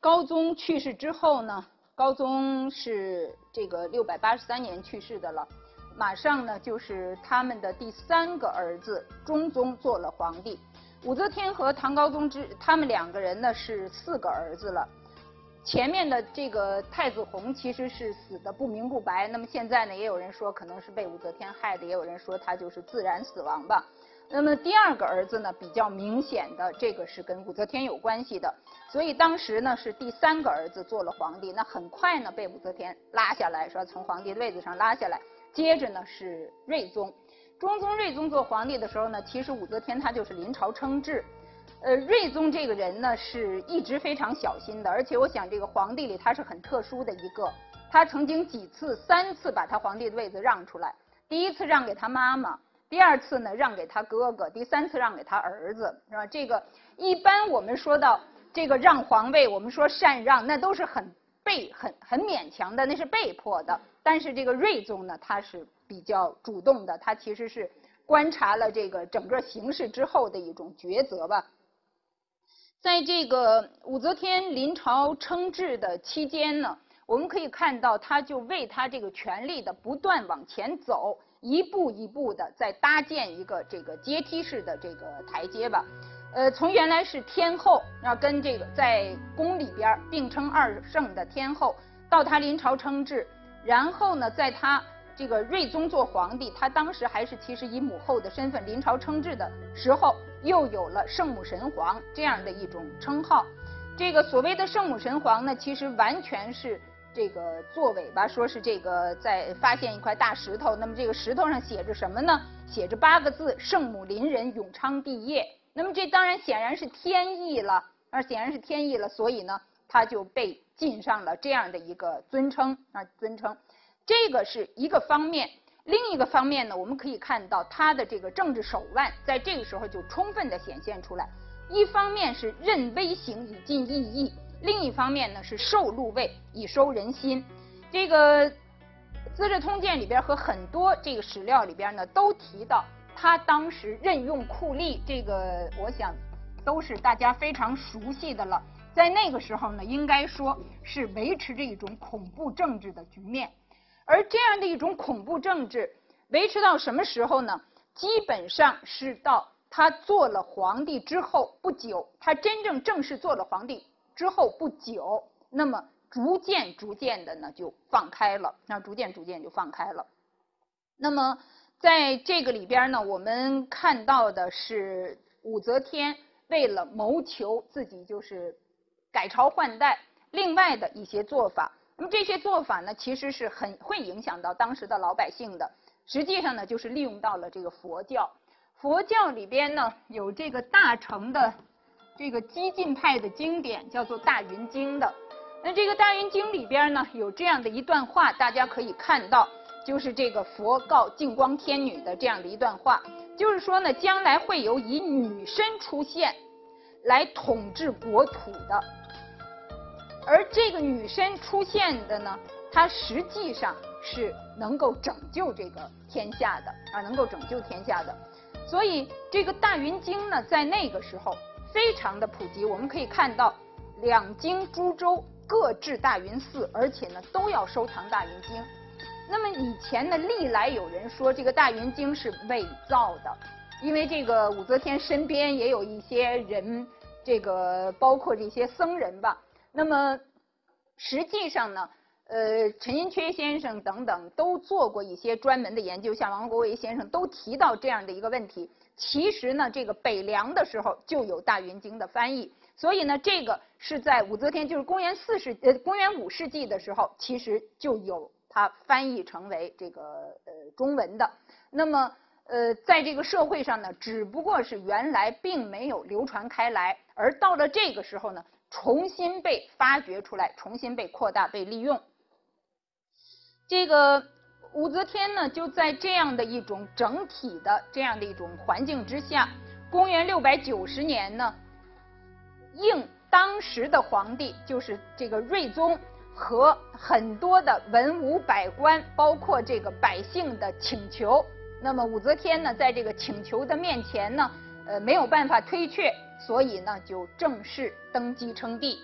高宗去世之后呢，高宗是这个683年去世的了，马上呢就是他们的第3个儿子中宗做了皇帝。武则天和唐高宗他们2个人呢是4个儿子了。前面的这个太子弘其实是死的不明不白，那么现在呢也有人说可能是被武则天害的，也有人说他就是自然死亡吧。那么第2个儿子呢比较明显的，这个是跟武则天有关系的，所以当时呢是第3个儿子做了皇帝，那很快呢被武则天拉下来，说从皇帝的位子上拉下来。接着呢是睿宗，中宗睿宗做皇帝的时候呢，其实武则天她就是临朝称制。睿宗这个人呢是一直非常小心的，而且我想这个皇帝里他是很特殊的一个，他曾经3次把他皇帝的位子让出来，第1次让给他妈妈，第2次呢让给他哥哥，第3次让给他儿子，是吧？这个一般我们说到这个让皇位，我们说禅让，那都是很勉强的，那是被迫的。但是这个睿宗呢，他是比较主动的，他其实是观察了这个整个形势之后的一种抉择吧。在这个武则天临朝称制的期间呢，我们可以看到，他就为他这个权力的不断往前走，一步一步的在搭建一个这个阶梯式的这个台阶吧。从原来是天后，跟这个在宫里边并称2圣的天后，到他临朝称制，然后呢，在他这个睿宗做皇帝，他当时还是其实以母后的身份临朝称制的时候，又有了圣母神皇这样的一种称号。这个所谓的圣母神皇呢，其实完全是这个作伪吧，说是这个在发现一块大石头，那么这个石头上写着什么呢？写着8个字：圣母临人，永昌帝业。那么这当然显然是天意了，所以呢，他就被进上了这样的一个尊称。这个是一个方面。另一个方面呢，我们可以看到他的这个政治手腕在这个时候就充分的显现出来。一方面是任微刑以尽异议，另一方面呢是授禄位以收人心。这个《资治通鉴》里边和很多这个史料里边呢都提到，他当时任用酷吏，这个我想都是大家非常熟悉的了。在那个时候呢，应该说是维持着一种恐怖政治的局面。而这样的一种恐怖政治维持到什么时候呢？基本上是到他做了皇帝之后不久，他真正正式做了皇帝之后不久，那么逐渐的呢就放开了，逐渐就放开了。那么在这个里边呢，我们看到的是武则天为了谋求自己就是改朝换代，另外的一些做法。那么这些做法呢，其实是很会影响到当时的老百姓的。实际上呢，就是利用到了这个佛教。佛教里边呢，有这个大乘的这个激进派的经典，叫做《大云经》的。那这个《大云经》里边呢，有这样的一段话，大家可以看到，就是这个佛告净光天女的这样的一段话，就是说呢，将来会有以女身出现来统治国土的。而这个女身出现的呢，它实际上是能够拯救这个天下的能够拯救天下的。所以这个大云经呢，在那个时候非常的普及。我们可以看到2京诸州各置大云寺，而且呢都要收藏大云经。那么以前呢，历来有人说这个大云经是伪造的，因为这个武则天身边也有一些人，这个包括这些僧人吧。那么实际上呢，陈寅恪先生等等都做过一些专门的研究，像王国维先生都提到这样的一个问题。其实呢，这个北凉的时候就有大云经的翻译，所以呢，这个是在武则天就是公元5世纪的时候，其实就有它翻译成为这个中文的。那么在这个社会上呢，只不过是原来并没有流传开来，而到了这个时候呢，重新被发掘出来，重新被扩大、被利用。这个武则天呢，就在这样的一种整体的这样的一种环境之下，公元690年呢，应当时的皇帝就是这个睿宗和很多的文武百官，包括这个百姓的请求，那么武则天呢，在这个请求的面前呢，没有办法推却，所以呢，就正式登基称帝。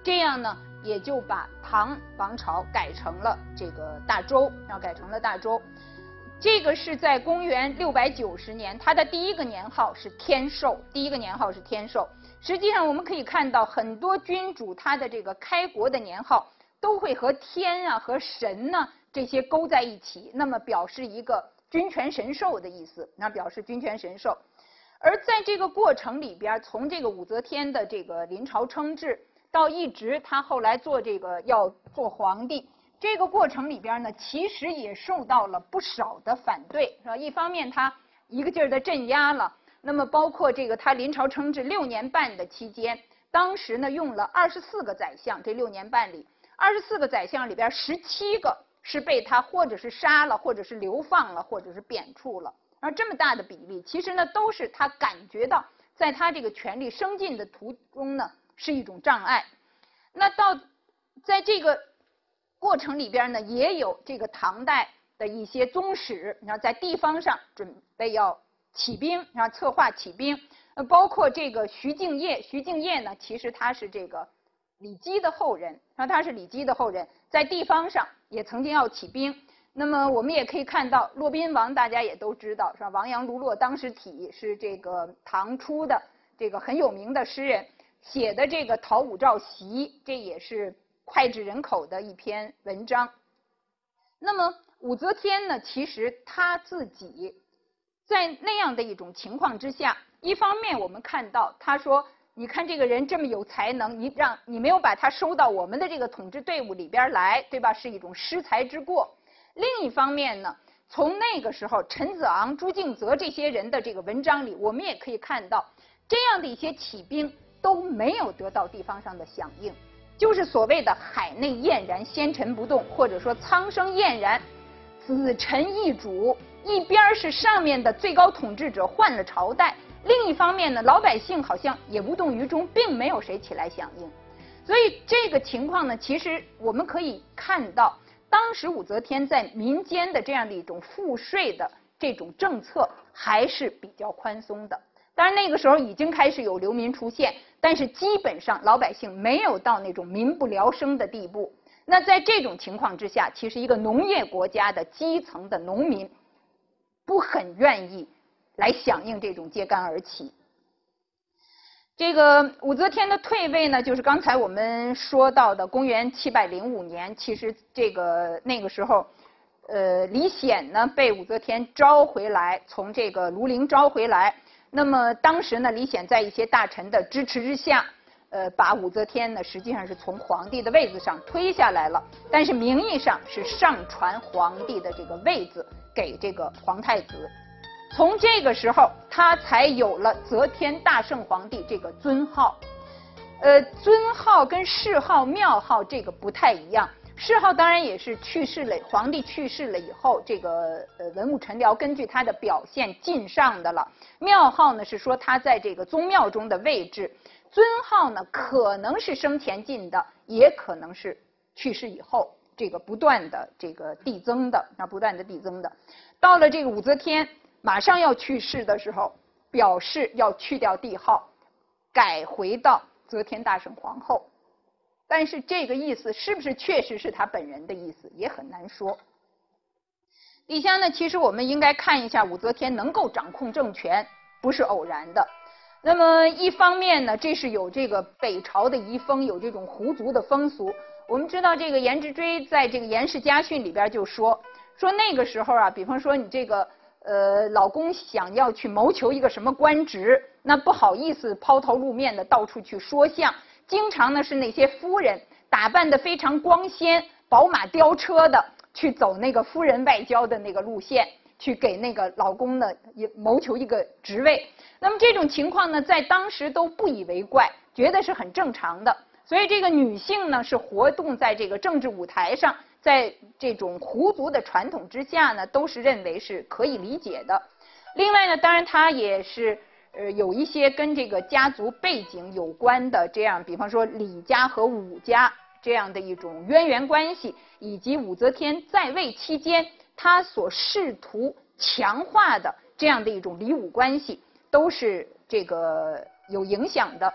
这样呢也就把唐王朝改成了这个大周，改成了大周。这个是在公元690年，它的第一个年号是天寿，实际上我们可以看到，很多君主他的这个开国的年号都会和天啊和神呢这些勾在一起，那么表示一个君权神授的意思，表示君权神授。而在这个过程里边，从这个武则天的这个临朝称制，到一直他后来要做皇帝，这个过程里边呢，其实也受到了不少的反对，是吧？一方面他一个劲儿的镇压了，那么包括这个他临朝称制6年半的期间，当时呢用了24个宰相，这6年半里，24个宰相里边17个是被他或者是杀了，或者是流放了，或者是贬黜了。而这么大的比例，其实呢都是他感觉到在他这个权力升进的途中呢是一种障碍。那在这个过程里边呢，也有这个唐代的一些宗室，在地方上准备要起兵，策划起兵，包括这个徐敬业呢，其实他是这个李基的后人，在地方上也曾经要起兵。那么我们也可以看到，骆宾王大家也都知道，是吧？王杨卢骆当时体是这个唐初的这个很有名的诗人写的这个《讨武曌檄》，这也是脍炙人口的一篇文章。那么武则天呢，其实她自己在那样的一种情况之下，一方面我们看到她说，你看这个人这么有才能，你没有把他收到我们的这个统治队伍里边来，对吧？是一种失才之过。另一方面呢，从那个时候陈子昂、朱敬则这些人的这个文章里，我们也可以看到，这样的一些起兵都没有得到地方上的响应，就是所谓的海内晏然，先臣不动，或者说苍生晏然，子臣易主。一边是上面的最高统治者换了朝代，另一方面呢，老百姓好像也无动于衷，并没有谁起来响应。所以这个情况呢，其实我们可以看到，当时武则天在民间的这样的一种赋税的这种政策还是比较宽松的。当然那个时候已经开始有流民出现，但是基本上老百姓没有到那种民不聊生的地步。那在这种情况之下，其实一个农业国家的基层的农民不很愿意来响应这种揭竿而起。这个武则天的退位呢，就是刚才我们说到的公元705年，其实那个时候，李显呢被武则天招回来，从这个庐陵招回来。那么当时呢，李显在一些大臣的支持之下，把武则天呢实际上是从皇帝的位子上推下来了，但是名义上是上传皇帝的这个位子给这个皇太子。从这个时候，他才有了则天大圣皇帝这个尊号。尊号跟谥号、庙号这个不太一样。谥号当然也是皇帝去世了以后，这个文武臣僚根据他的表现进上的了。庙号呢是说他在这个宗庙中的位置。尊号呢可能是生前进的，也可能是去世以后这个不断的这个递增的。到了这个武则天马上要去世的时候，表示要去掉帝号，改回到则天大圣皇后。但是这个意思是不是确实是他本人的意思，也很难说。底下呢，其实我们应该看一下武则天能够掌控政权，不是偶然的。那么一方面呢，这是有这个北朝的遗风，有这种胡族的风俗。我们知道这个颜值锥在这个《颜氏家训》里边就说那个时候啊，比方说你这个老公想要去谋求一个什么官职，那不好意思抛头露面的到处去说相，经常呢是那些夫人打扮得非常光鲜，宝马雕车的去走那个夫人外交的那个路线，去给那个老公呢也谋求一个职位。那么这种情况呢，在当时都不以为怪，觉得是很正常的。所以这个女性呢是活动在这个政治舞台上，在这种胡族的传统之下呢，都是认为是可以理解的。另外呢，当然它也是有一些跟这个家族背景有关的，这样比方说李家和武家这样的一种渊源关系，以及武则天在位期间她所试图强化的这样的一种李武关系，都是这个有影响的。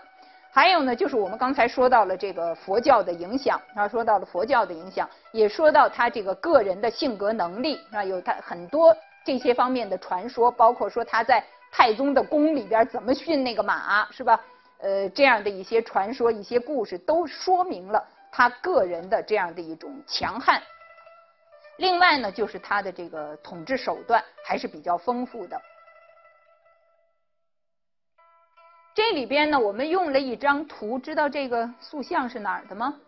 还有呢，就是我们刚才说到了这个佛教的影响，说到了佛教的影响，也说到他这个个人的性格能力，有他很多这些方面的传说，包括说他在太宗的宫里边怎么驯那个马，是吧？这样的一些传说、一些故事，都说明了他个人的这样的一种强悍。另外呢，就是他的这个统治手段还是比较丰富的。这里边呢，我们用了一张图，知道这个塑像是哪儿的吗？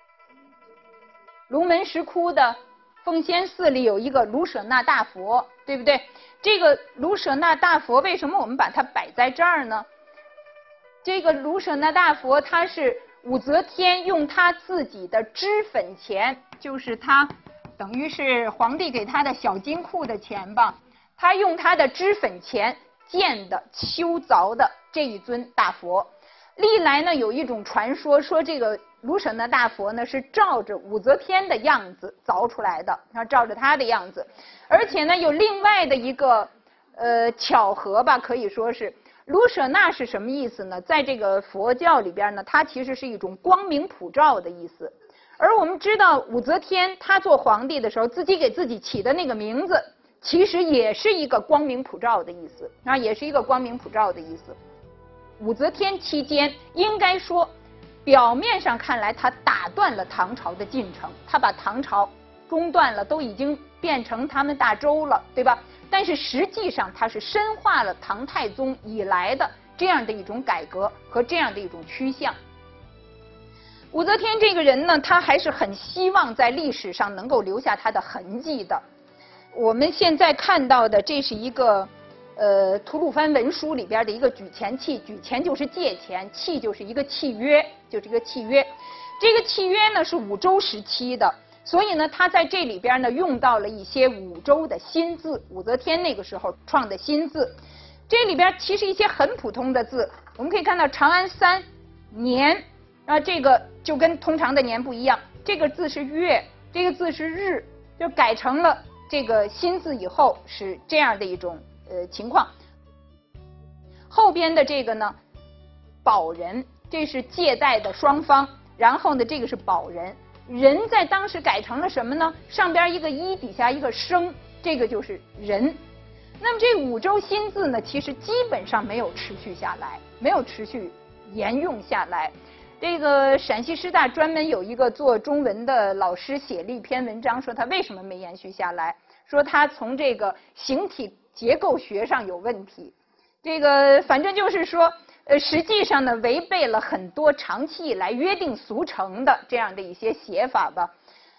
龙门石窟的奉先寺里有一个卢舍那大佛，对不对？这个卢舍那大佛为什么我们把它摆在这儿呢？这个卢舍那大佛，它是武则天用他自己的脂粉钱，就是他等于是皇帝给他的小金库的钱吧，他用他的脂粉钱建的修凿的这一尊大佛。历来呢有一种传说，说这个卢舍那大佛呢是照着武则天的样子凿出来的，照着她的样子。而且呢有另外的一个巧合吧，可以说是卢舍那是什么意思呢？在这个佛教里边呢，它其实是一种光明普照的意思。而我们知道武则天她做皇帝的时候，自己给自己起的那个名字，其实也是一个光明普照的意思，也是一个光明普照的意思。武则天期间，应该说表面上看来她打断了唐朝的进程，她把唐朝中断了，都已经变成他们大周了，对吧？但是实际上她是深化了唐太宗以来的这样的一种改革和这样的一种趋向。武则天这个人呢，她还是很希望在历史上能够留下她的痕迹的。我们现在看到的，这是一个吐鲁番文书里边的一个举钱契，举钱就是借钱，契就是一个契约，就是一个契约。这个契约呢是武周时期的，所以呢他在这里边呢用到了一些武周的新字，武则天那个时候创的新字。这里边其实一些很普通的字，我们可以看到长安三年，这个就跟通常的年不一样，这个字是月，这个字是日，就改成了这个新字以后是这样的一种情况。后边的这个呢，保人，这是借贷的双方，然后呢这个是保人，人在当时改成了什么呢？上边一个一，底下一个生，这个就是人。那么这武周新字呢，其实基本上没有持续下来，没有持续沿用下来。这个陕西师大专门有一个做中文的老师写了一篇文章，说他为什么没延续下来，说他从这个形体结构学上有问题。这个反正就是说实际上呢违背了很多长期以来约定俗成的这样的一些写法吧。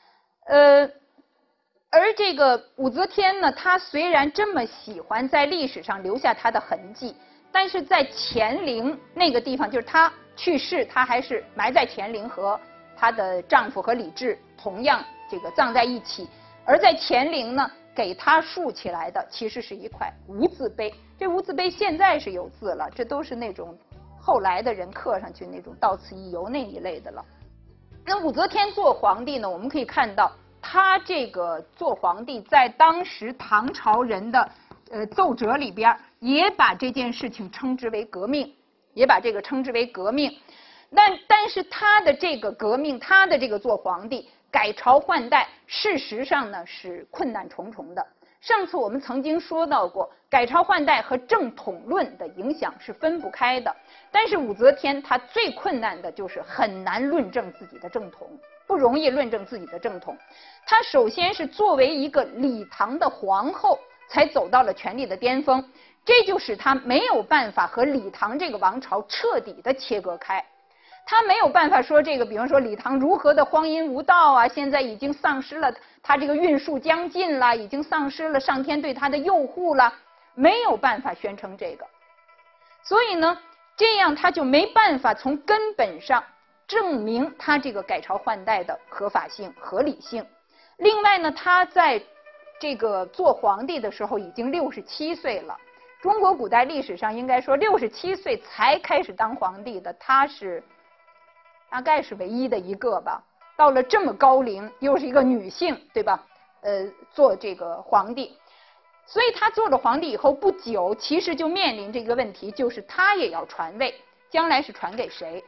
而这个武则天呢，她虽然这么喜欢在历史上留下她的痕迹，但是在乾陵那个地方，就是她去世，她还是埋在乾陵，和她的丈夫和李治同样这个葬在一起。而在乾陵呢，给她竖起来的其实是一块无字碑。这无字碑现在是有字了，这都是那种后来的人刻上去那种到此一游那一类的了。那武则天做皇帝呢，我们可以看到她这个做皇帝在当时唐朝人的奏折里边也把这件事情称之为革命，也把这个称之为革命。但是她的这个革命，她的这个做皇帝改朝换代，事实上呢是困难重重的。上次我们曾经说到过，改朝换代和正统论的影响是分不开的。但是武则天她最困难的就是很难论证自己的正统，不容易论证自己的正统。她首先是作为一个李唐的皇后才走到了权力的巅峰，这就使她没有办法和李唐这个王朝彻底的切割开。他没有办法说这个，比方说李唐如何的荒淫无道啊，现在已经丧失了他这个运数将尽了，已经丧失了上天对他的佑护了，没有办法宣称这个。所以呢，这样他就没办法从根本上证明他这个改朝换代的合法性、合理性。另外呢，他在这个做皇帝的时候已经67岁了。中国古代历史上应该说67岁才开始当皇帝的，他是大概是唯一的一个吧。到了这么高龄，又是一个女性，对吧？做这个皇帝，所以她做了皇帝以后不久，其实就面临这个问题，就是她也要传位，将来是传给谁？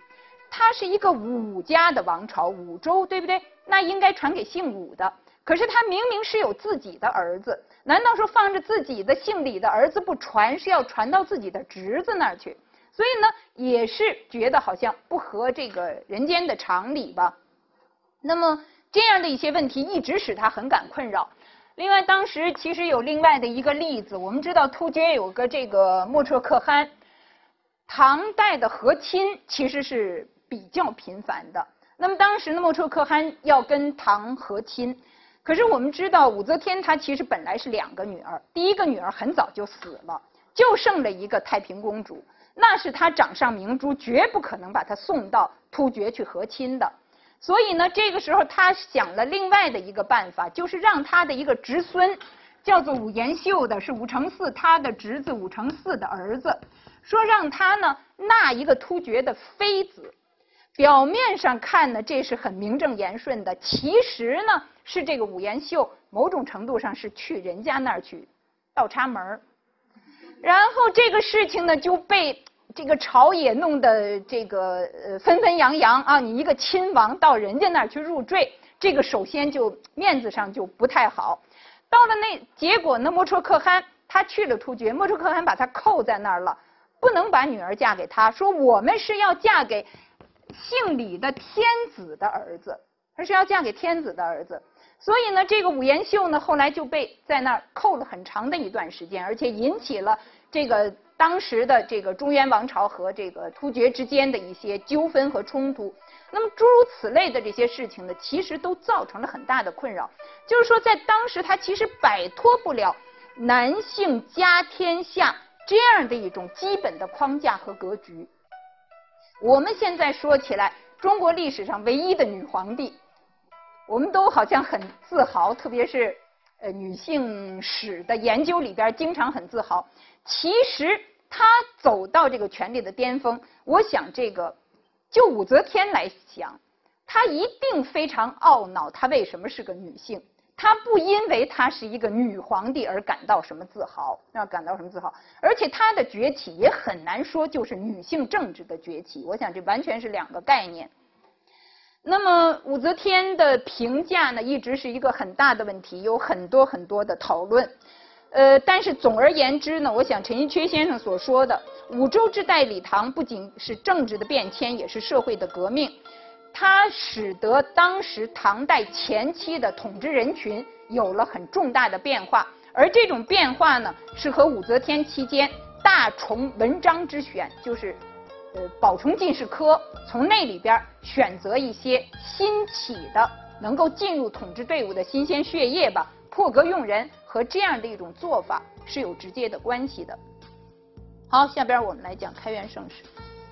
它是一个武家的王朝，武周，对不对？那应该传给姓武的。可是他明明是有自己的儿子，难道说放着自己的姓李的儿子不传，是要传到自己的侄子那儿去？所以呢，也是觉得好像不合这个人间的常理吧。那么这样的一些问题一直使他很感困扰。另外，当时其实有另外的一个例子，我们知道突厥有个这个莫绰可汗，唐代的和亲其实是比较频繁的。那么当时呢，莫绰可汗要跟唐和亲，可是我们知道武则天她其实本来是2个女儿，第一个女儿很早就死了，就剩了一个太平公主，那是她掌上明珠，绝不可能把她送到突厥去和亲的。所以呢，这个时候他想了另外的一个办法，就是让他的一个侄孙，叫做武延秀的，是武承嗣他的侄子武承嗣的儿子，说让他呢纳一个突厥的妃子。表面上看呢，这是很名正言顺的，其实呢是这个武延秀某种程度上是去人家那儿去倒插门。然后这个事情呢就被这个朝野弄得这个纷纷扬扬啊！你一个亲王到人家那儿去入赘，这个首先就面子上就不太好。到了那结果呢，莫绰可汗他去了突厥，莫绰可汗把他扣在那儿了，不能把女儿嫁给他，说我们是要嫁给姓李的天子的儿子，他是要嫁给天子的儿子。所以呢，这个武延秀呢后来就被在那儿扣了很长的一段时间，而且引起了这个当时的这个中原王朝和这个突厥之间的一些纠纷和冲突。那么诸如此类的这些事情呢，其实都造成了很大的困扰。就是说，在当时他其实摆脱不了男性家天下这样的一种基本的框架和格局。我们现在说起来，中国历史上唯一的女皇帝，我们都好像很自豪，特别是女性史的研究里边经常很自豪。其实她走到这个权力的巅峰，我想这个就武则天来讲，她一定非常懊恼，她为什么是个女性。她不因为她是一个女皇帝而感到什么自豪，而且她的崛起也很难说就是女性政治的崛起，我想这完全是2个概念。那么武则天的评价呢，一直是一个很大的问题，有很多很多的讨论。但是总而言之呢，我想陈寅恪先生所说的武周之代李唐不仅是政治的变迁，也是社会的革命。它使得当时唐代前期的统治人群有了很重大的变化，而这种变化呢，是和武则天期间大崇文章之选，就是宝崇进士科，从那里边选择一些新起的能够进入统治队伍的新鲜血液吧，破格用人，和这样的一种做法是有直接的关系的。好，下边我们来讲开元盛世。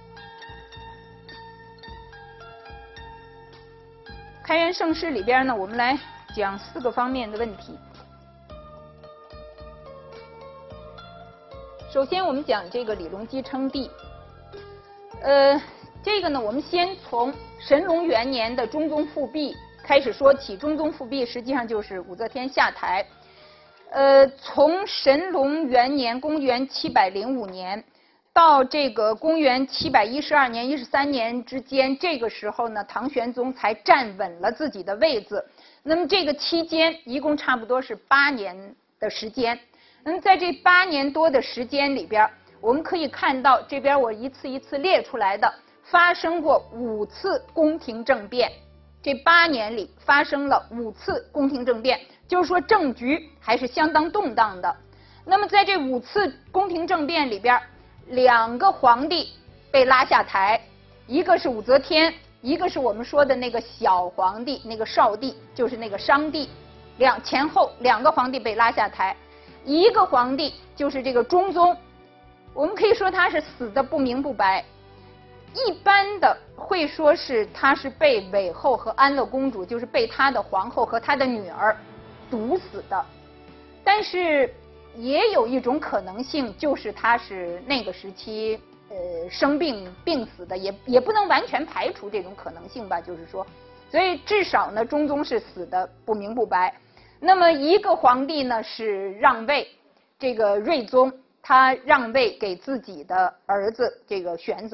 开元盛世里边呢，我们来讲4个方面的问题。首先我们讲这个李隆基称帝。这个呢，我们先从神龙元年的中宗复辟开始说起。中宗复辟实际上就是武则天下台。从神龙元年公元705年到这个公元712年、13年之间，这个时候呢，唐玄宗才站稳了自己的位子。那么这个期间一共差不多是8年的时间。那么在这8年多的时间里边，我们可以看到这边我一次一次列出来的，发生过5次宫廷政变。这8年里发生了5次宫廷政变，就是说政局还是相当动荡的。那么在这5次宫廷政变里边，2个皇帝被拉下台，一个是武则天，一个是我们说的那个小皇帝，那个少帝，就是那个商帝。前后2个皇帝被拉下台，一个皇帝就是这个中宗，我们可以说他是死的不明不白。一般的会说是他是被韦后和安乐公主，就是被他的皇后和他的女儿毒死的。但是也有一种可能性，就是他是那个时期生病病死的，也不能完全排除这种可能性吧，就是说，所以至少呢，中宗是死的不明不白。那么一个皇帝呢是让位，这个睿宗他让位给自己的儿子这个玄宗。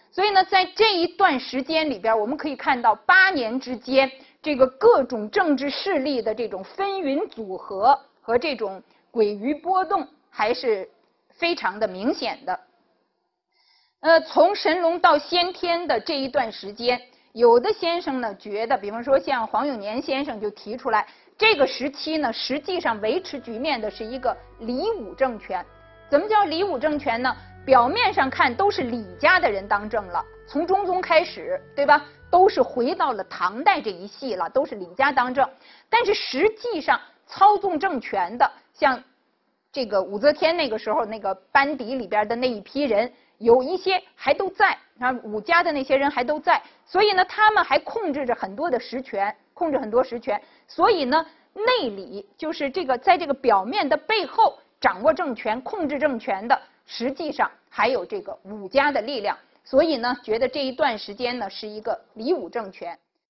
所以呢，在这一段时间里边，我们可以看到8年之间，这个各种政治势力的这种纷纭组合和这种诡谲波动还是非常的明显的。从神龙到先天的这一段时间，有的先生呢觉得，比方说像黄永年先生就提出来，这个时期呢，实际上维持局面的是一个李武政权。怎么叫李武政权呢？表面上看都是李家的人当政了，从中宗开始，对吧？都是回到了唐代这一系了，都是李家当政。但是实际上操纵政权的，像这个武则天那个时候那个班底里边的那一批人，有一些还都在，武家的那些人还都在，所以呢，他们还控制着很多的实权，所以呢，内里就是这个在这个表面的背后掌握政权、控制政权的，实际上还有这个武家的力量，所以呢，觉得这一段时间呢是一个李武政权。